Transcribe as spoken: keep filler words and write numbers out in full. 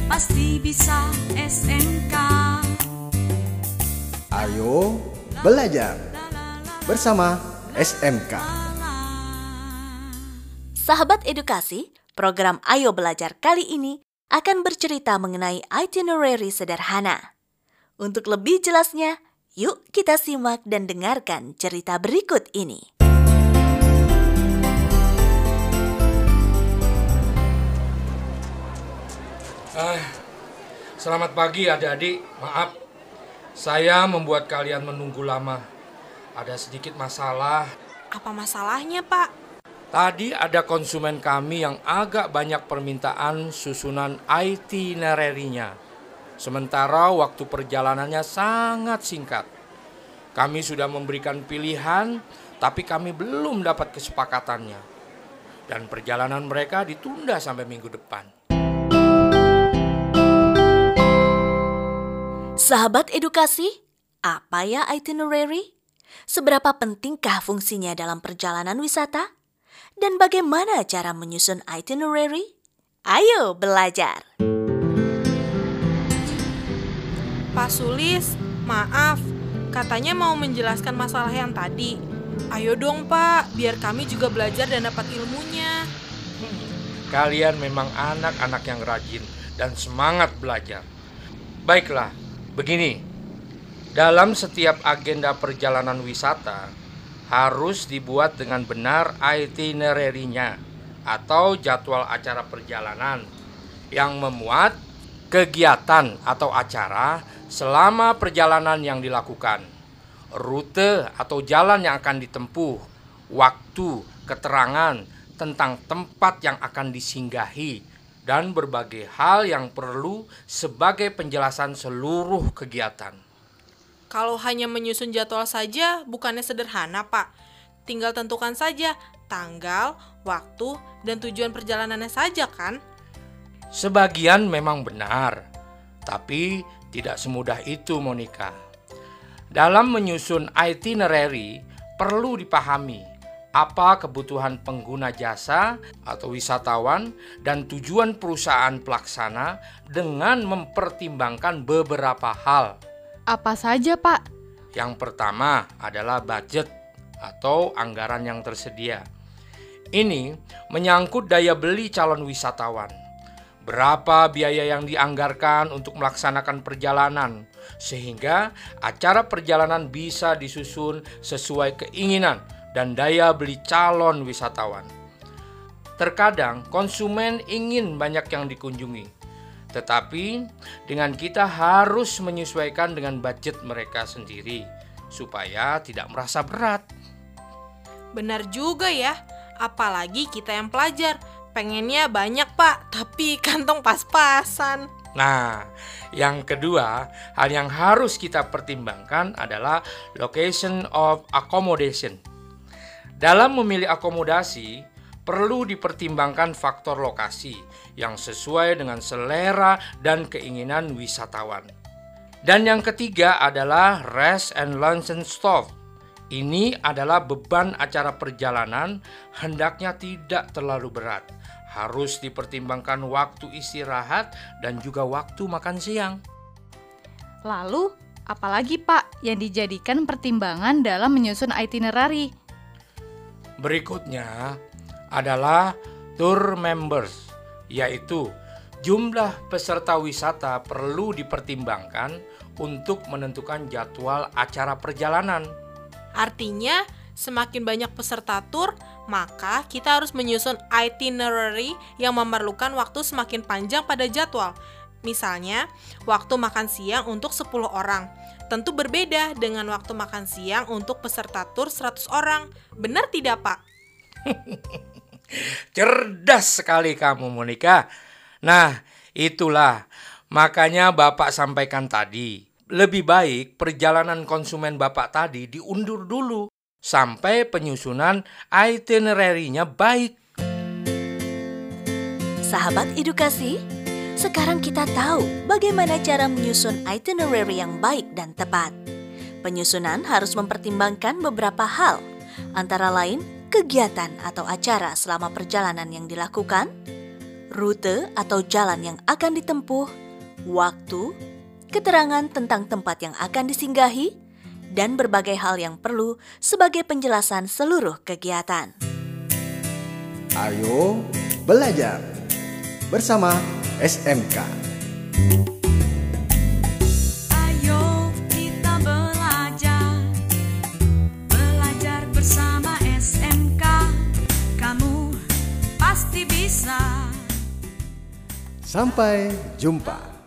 pasti bisa S M K. Ayo belajar bersama S M K. Sahabat edukasi, program Ayo Belajar kali ini akan bercerita mengenai itinerary sederhana. Untuk lebih jelasnya, yuk kita simak dan dengarkan cerita berikut ini. Ah, selamat pagi adik-adik. Maaf, saya membuat kalian menunggu lama. Ada sedikit masalah. Apa masalahnya, Pak? Tadi ada konsumen kami yang agak banyak permintaan susunan itinerary-nya. Sementara waktu perjalanannya sangat singkat. Kami sudah memberikan pilihan, tapi kami belum dapat kesepakatannya. Dan perjalanan mereka ditunda sampai minggu depan. Sahabat edukasi, apa ya itinerary? Seberapa pentingkah fungsinya dalam perjalanan wisata? Dan bagaimana cara menyusun itinerary? Ayo belajar! Pak Sulis, maaf, katanya mau menjelaskan masalah yang tadi. Ayo dong, Pak, biar kami juga belajar dan dapat ilmunya. Kalian memang anak-anak yang rajin dan semangat belajar. Baiklah, begini. Dalam setiap agenda perjalanan wisata, harus dibuat dengan benar itinerary-nya atau jadwal acara perjalanan yang memuat kegiatan atau acara selama perjalanan yang dilakukan, rute atau jalan yang akan ditempuh, waktu, keterangan tentang tempat yang akan disinggahi, dan berbagai hal yang perlu sebagai penjelasan seluruh kegiatan. Kalau hanya menyusun jadwal saja, bukannya sederhana, Pak? Tinggal tentukan saja tanggal, waktu, dan tujuan perjalanannya saja, kan? Sebagian memang benar, tapi tidak semudah itu, Monica. Dalam menyusun itinerary, perlu dipahami apa kebutuhan pengguna jasa atau wisatawan dan tujuan perusahaan pelaksana dengan mempertimbangkan beberapa hal. Apa saja, Pak? Yang pertama adalah budget atau anggaran yang tersedia. Ini menyangkut daya beli calon wisatawan. Berapa biaya yang dianggarkan untuk melaksanakan perjalanan, sehingga acara perjalanan bisa disusun sesuai keinginan dan daya beli calon wisatawan. Terkadang konsumen ingin banyak yang dikunjungi, tetapi dengan kita harus menyesuaikan dengan budget mereka sendiri, supaya tidak merasa berat. Benar juga ya, apalagi kita yang pelajar. Pengennya banyak, Pak, tapi kantong pas-pasan. Nah, yang kedua, hal yang harus kita pertimbangkan adalah location of accommodation. Dalam memilih akomodasi, perlu dipertimbangkan faktor lokasi yang sesuai dengan selera dan keinginan wisatawan. Dan yang ketiga adalah rest and lunch and stop. Ini adalah beban acara perjalanan, hendaknya tidak terlalu berat. Harus dipertimbangkan waktu istirahat dan juga waktu makan siang. Lalu, apalagi Pak yang dijadikan pertimbangan dalam menyusun itinerary? Berikutnya adalah tour members, yaitu jumlah peserta wisata perlu dipertimbangkan untuk menentukan jadwal acara perjalanan. Artinya, semakin banyak peserta tur, maka kita harus menyusun itinerary yang memerlukan waktu semakin panjang pada jadwal. Misalnya, waktu makan siang untuk sepuluh orang. Tentu berbeda dengan waktu makan siang untuk peserta tur seratus orang. Benar tidak, Pak? Cerdas sekali kamu, Monica. Nah, itulah makanya Bapak sampaikan tadi. Lebih baik perjalanan konsumen Bapak tadi diundur dulu sampai penyusunan itinerary-nya baik. Sahabat edukasi, sekarang kita tahu bagaimana cara menyusun itinerary yang baik dan tepat. Penyusunan harus mempertimbangkan beberapa hal, antara lain kegiatan atau acara selama perjalanan yang dilakukan, rute atau jalan yang akan ditempuh, waktu, keterangan tentang tempat yang akan disinggahi, dan berbagai hal yang perlu sebagai penjelasan seluruh kegiatan. Ayo belajar bersama S M K. Ayo kita belajar, belajar bersama S M K. Kamu pasti bisa. Sampai jumpa.